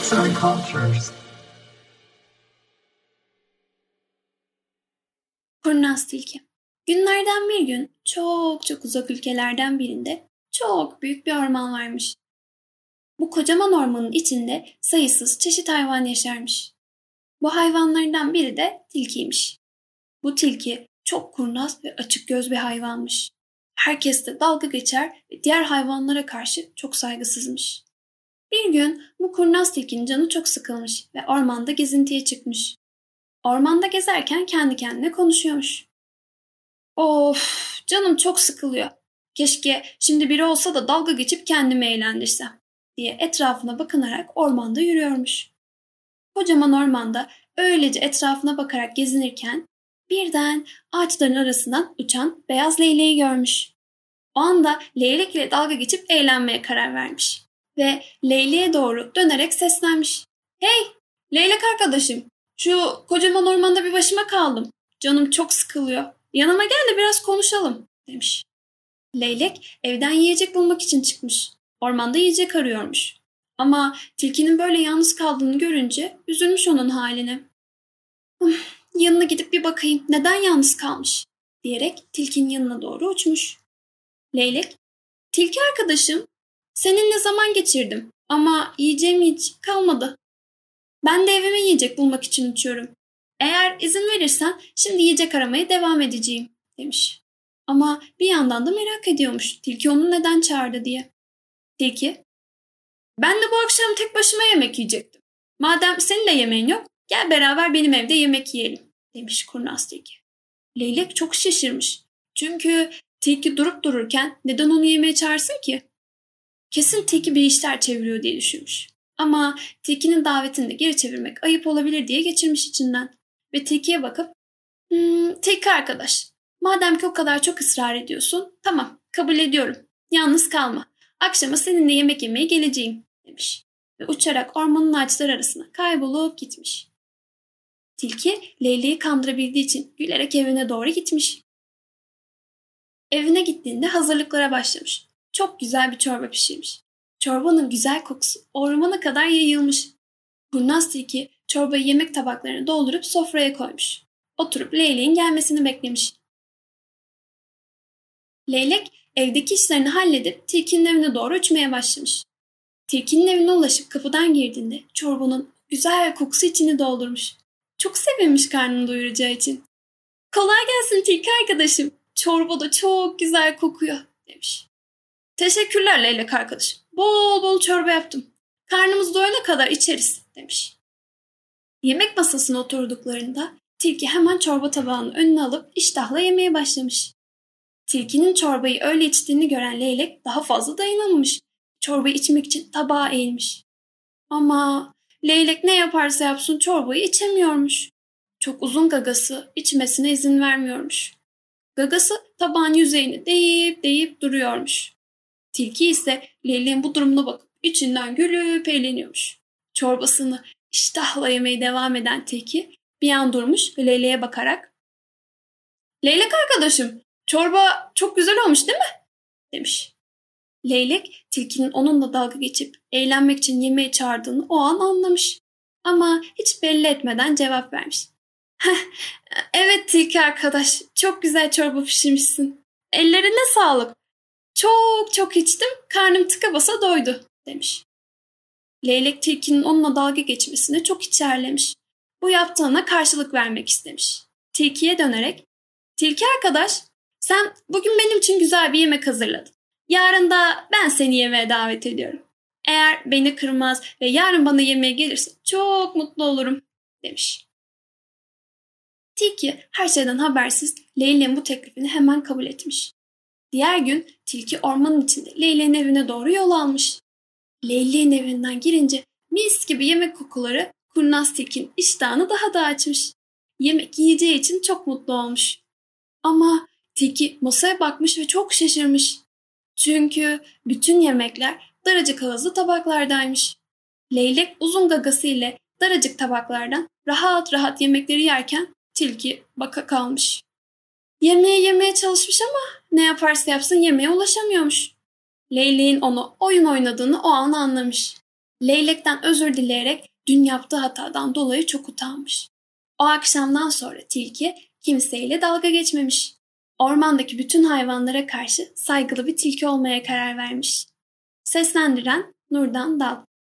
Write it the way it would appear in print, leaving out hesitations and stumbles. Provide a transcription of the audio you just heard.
Arts and Cultures. Kurnaz tilki. Günlerden bir gün çok çok uzak ülkelerden birinde çok büyük bir orman varmış. Bu kocaman ormanın içinde sayısız çeşit hayvan yaşarmış. Bu hayvanlardan biri de tilkiymiş. Bu tilki çok kurnaz ve açık göz bir hayvanmış. Herkes de dalga geçer ve diğer hayvanlara karşı çok saygısızmış. Bir gün bu kurnaz tilkinin canı çok sıkılmış ve ormanda gezintiye çıkmış. Ormanda gezerken kendi kendine konuşuyormuş. Of, canım çok sıkılıyor. Keşke şimdi biri olsa da dalga geçip kendimi eğlendirsem diye etrafına bakınarak ormanda yürüyormuş. Kocaman ormanda öylece etrafına bakarak gezinirken birden ağaçların arasından uçan beyaz leyleği görmüş. O anda leylek ile dalga geçip eğlenmeye karar vermiş ve leyleğe doğru dönerek seslenmiş. Hey, leylek arkadaşım, şu kocaman ormanda bir başıma kaldım. Canım çok sıkılıyor. Yanıma gel de biraz konuşalım demiş. Leylek evden yiyecek bulmak için çıkmış. Ormanda yiyecek arıyormuş. Ama tilkinin böyle yalnız kaldığını görünce üzülmüş onun haline. Yanına gidip bir bakayım neden yalnız kalmış diyerek tilkinin yanına doğru uçmuş. Leylek, tilki arkadaşım, seninle zaman geçirdim ama yiyeceğim hiç kalmadı. Ben de evime yiyecek bulmak için uçuyorum. Eğer izin verirsen şimdi yiyecek aramaya devam edeceğim demiş. Ama bir yandan da merak ediyormuş tilki onu neden çağırdı diye. Tilki, ben de bu akşam tek başıma yemek yiyecektim. Madem senin de yemeğin yok, gel beraber benim evde yemek yiyelim demiş kurnaz tilki. Leylek çok şaşırmış. Çünkü tilki durup dururken neden onu yemeğe çağırsın ki? Kesin tilki bir işler çeviriyor diye düşünmüş. Ama tilkinin davetini de geri çevirmek ayıp olabilir diye geçirmiş içinden. Ve tilkiye bakıp, tilki arkadaş, madem ki o kadar çok ısrar ediyorsun, tamam kabul ediyorum. Yalnız kalma. Akşama seninle yemek yemeye geleceğim demiş. Ve uçarak ormanın ağaçları arasına kaybolup gitmiş. Tilki leyleği kandırabildiği için gülerek evine doğru gitmiş. Evine gittiğinde hazırlıklara başlamış. Çok güzel bir çorba pişirmiş. Çorbanın güzel kokusu ormana kadar yayılmış. Kurnaz tilki çorbayı yemek tabaklarına doldurup sofraya koymuş. Oturup leyleğin gelmesini beklemiş. Leylek evdeki işlerini halledip tilkinin evine doğru uçmaya başlamış. Tilkinin evine ulaşıp kapıdan girdiğinde çorbanın güzel kokusu içini doldurmuş. Çok sevinmiş karnını doyuracağı için. Kolay gelsin tilki arkadaşım. Çorba da çok güzel kokuyor demiş. Teşekkürler leylek arkadaşım. Bol bol çorba yaptım. Karnımız doyana kadar içeriz demiş. Yemek masasına oturduklarında tilki hemen çorba tabağını önüne alıp iştahla yemeye başlamış. Tilkinin çorbayı öyle içtiğini gören leylek daha fazla dayanamamış. Çorbayı içmek için tabağa eğilmiş. Ama leylek ne yaparsa yapsın çorbayı içemiyormuş. Çok uzun gagası içmesine izin vermiyormuş. Gagası tabağın yüzeyini deyip duruyormuş. Tilki ise leyleğin bu durumuna bakıp içinden gülüp eğleniyormuş. Çorbasını iştahla yemeye devam eden tilki bir an durmuş ve leyleğe bakarak "Leylek arkadaşım, çorba çok güzel olmuş değil mi?" demiş. Leylek tilkinin onunla dalga geçip eğlenmek için yemeğe çağırdığını o an anlamış. Ama hiç belli etmeden cevap vermiş. Evet tilki arkadaş, çok güzel çorba pişirmişsin. Ellerine sağlık. Çok çok içtim, karnım tıka basa doydu demiş. Leylek tilkinin onunla dalga geçmesine çok içerlemiş. Bu yaptığına karşılık vermek istemiş. Tilkiye dönerek, tilki arkadaş, sen bugün benim için güzel bir yemek hazırladın. Yarın da ben seni yemeğe davet ediyorum. Eğer beni kırmaz ve yarın bana yemeğe gelirse çok mutlu olurum demiş. Tilki her şeyden habersiz Leyleğin bu teklifini hemen kabul etmiş. Diğer gün tilki ormanın içinde Leyleğin evine doğru yol almış. Leyleğin evinden girince mis gibi yemek kokuları kurnaz tilkinin iştahını daha da açmış. Yemek yiyeceği için çok mutlu olmuş. Ama tilki masaya bakmış ve çok şaşırmış. Çünkü bütün yemekler daracık ağızlı tabaklardaymış. Leylek uzun gagası ile daracık tabaklardan rahat rahat yemekleri yerken tilki baka kalmış. Yemeği yemeye çalışmış ama ne yaparsa yapsın yemeğe ulaşamıyormuş. Leyleğin onu oyun oynadığını o an anlamış. Leylekten özür dileyerek dün yaptığı hatadan dolayı çok utanmış. O akşamdan sonra tilki kimseyle dalga geçmemiş. Ormandaki bütün hayvanlara karşı saygılı bir tilki olmaya karar vermiş. Seslendiren Nurdan Dal.